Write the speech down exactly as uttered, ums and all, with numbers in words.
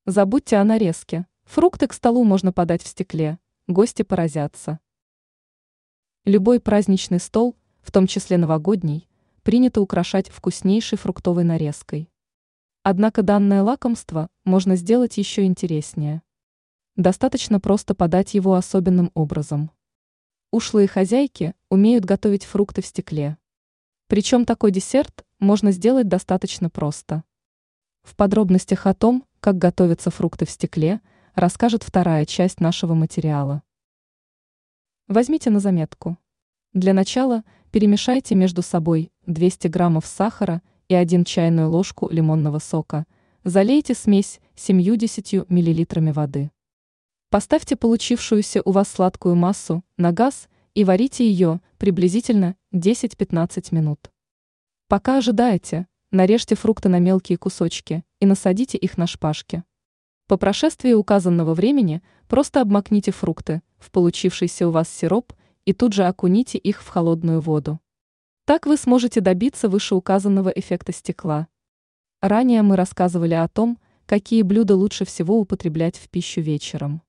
Забудьте о нарезке. Фрукты к столу можно подать в стекле, гости поразятся. Любой праздничный стол, в том числе новогодний, принято украшать вкуснейшей фруктовой нарезкой. Однако данное лакомство можно сделать еще интереснее. Достаточно просто подать его особенным образом. Ушлые хозяйки умеют готовить фрукты в стекле. Причем такой десерт можно сделать достаточно просто. В подробностях о том, как готовятся фрукты в стекле, расскажет вторая часть нашего материала. Возьмите на заметку. Для начала перемешайте между собой двести граммов сахара и одну чайную ложку лимонного сока. Залейте смесь семьюдесятью миллилитрами воды. Поставьте получившуюся у вас сладкую массу на газ и варите ее приблизительно десять-пятнадцать минут. Пока ожидаете, нарежьте фрукты на мелкие кусочки и насадите их на шпажки. По прошествии указанного времени просто обмакните фрукты в получившийся у вас сироп и тут же окуните их в холодную воду. Так вы сможете добиться вышеуказанного эффекта стекла. Ранее мы рассказывали о том, какие блюда лучше всего употреблять в пищу вечером.